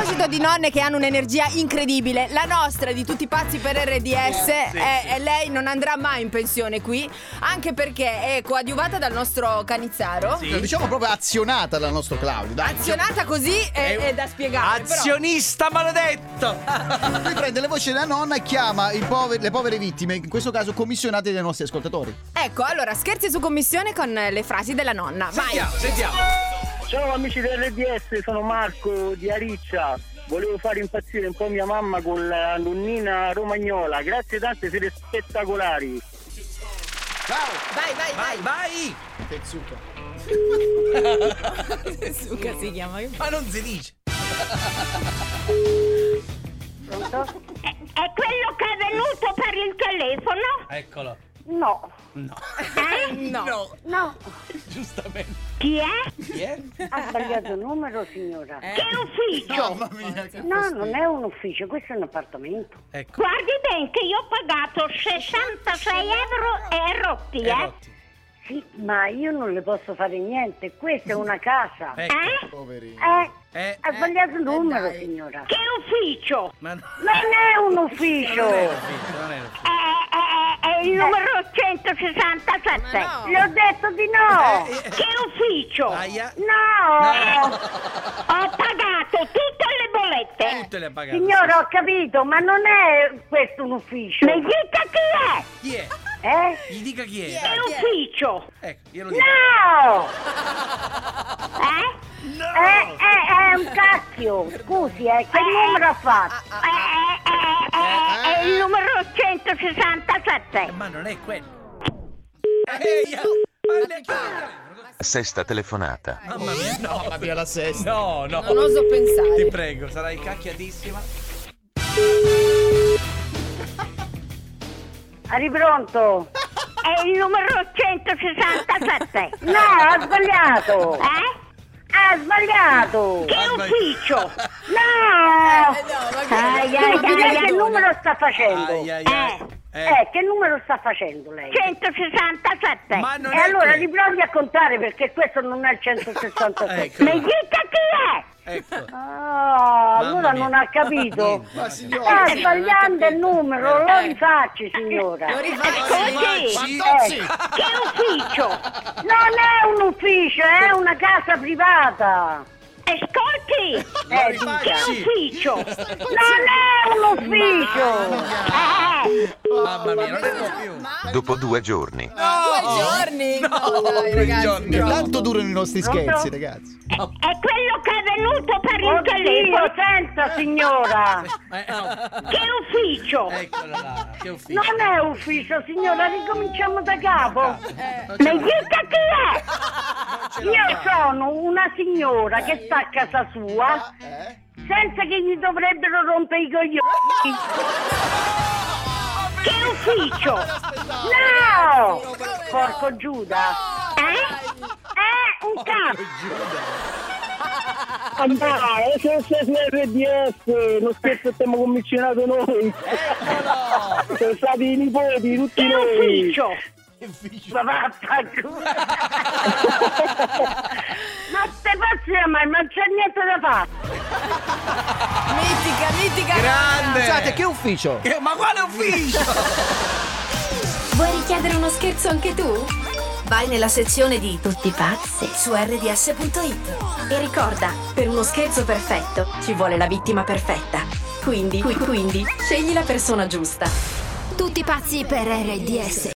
proposito di nonne che hanno un'energia incredibile, la nostra di tutti i pazzi per RDS, lei non andrà mai in pensione qui, anche perché è coadiuvata dal nostro Canizzaro. Sì. Diciamo proprio azionata dal nostro Claudio. Dai. Azionata così è da spiegare. Azionista maledetto! Lui prende le voci della nonna e chiama le povere vittime, in questo caso commissionate dai nostri ascoltatori. Ecco, allora scherzi su commissione con le frasi della nonna. Vai. Sentiamo. Ciao amici del RDS, sono Marco di Ariccia. Volevo fare impazzire un po' mia mamma con la nonnina romagnola. Grazie tante, siete spettacolari. Ciao. Vai! Tetsuka. Suca si chiama. Ma non si dice. Pronto? È quello che è venuto per il telefono? Eccolo. No. No. No. Giustamente. Chi è? Chi è? Ha sbagliato il numero, signora. Eh. Che ufficio? Mamma mia, che No, non è un ufficio, questo è un appartamento. Ecco. Guardi ben che io ho pagato 66 euro e rotti, Erotti. Sì, ma io non le posso fare niente, questa è una casa. Ecco. poverino. Ha sbagliato il numero, dai. signora. Che ufficio? Ma no. Non è un ufficio. Non era ufficio. È il numero 167. Ma no. Le ho detto di no. Che ufficio? Aia. No. Ho pagato tutte le bollette. Tutte le ha pagate. Signora, ho capito, ma non è questo un ufficio. Mi dica chi Chi è? è? Gli dica chi è. Chi è? dai. Ufficio. Ecco, io lo dico. No. È un cacchio. Scusi, che numero ha fatto? È il numero 167. Ma non è quello. Ma neanche Sesta telefonata. Mamma mia, no. Mamma mia, la sesta. No. Non oso pensare. Ti prego, sarai cacchiatissima. Ripronto? È il numero 167. No, ha sbagliato. Ha sbagliato. Che ufficio? No. Che numero sta facendo? Che numero sta facendo lei? 167. Ma non e è allora quello. riprovi a contare perché questo non è il 167. Ecco. Mi dica chi è? Ecco. Allora mia. non ha capito. Ma signora, Sta sbagliando il numero, lo rifacci signora. Lo rifacci? Così. Fantozzi. Che ufficio? Non è un ufficio, è una casa privata. Ascolti! Che rifacci. ufficio? Non è un ufficio! Mamma mia, non ne può più. Dopo 2 giorni. 2 giorni? No, Dai, 2 ragazzi. giorni. Tanto durano i nostri Pronto? scherzi, ragazzi. È quello che è venuto per il telefono. Senta signora! No. Che ufficio? Eccola là. Che ufficio. Non è ufficio signora, ricominciamo da capo. Non ce Mi la dica chi è? ce la Io fa. sono una signora che sta a casa sua senza che gli dovrebbero rompere i coglioni. Che ufficio? No! Porco Giuda! Un cazzo! Andai, se sei RDS, lo scherzo abbiamo commissionato noi. Sono stati i nipoti, tutti Che noi. ufficio? Ma vaffanculo! Ma ste pazzie, ma non c'è niente da fare! Mitica. Grande. Scusate, che ufficio? Ma quale ufficio? Vuoi richiedere uno scherzo anche tu? Vai nella sezione di Tutti pazzi su rds.it e ricorda, per uno scherzo perfetto ci vuole la vittima perfetta. Quindi scegli la persona giusta. Tutti pazzi per RDS.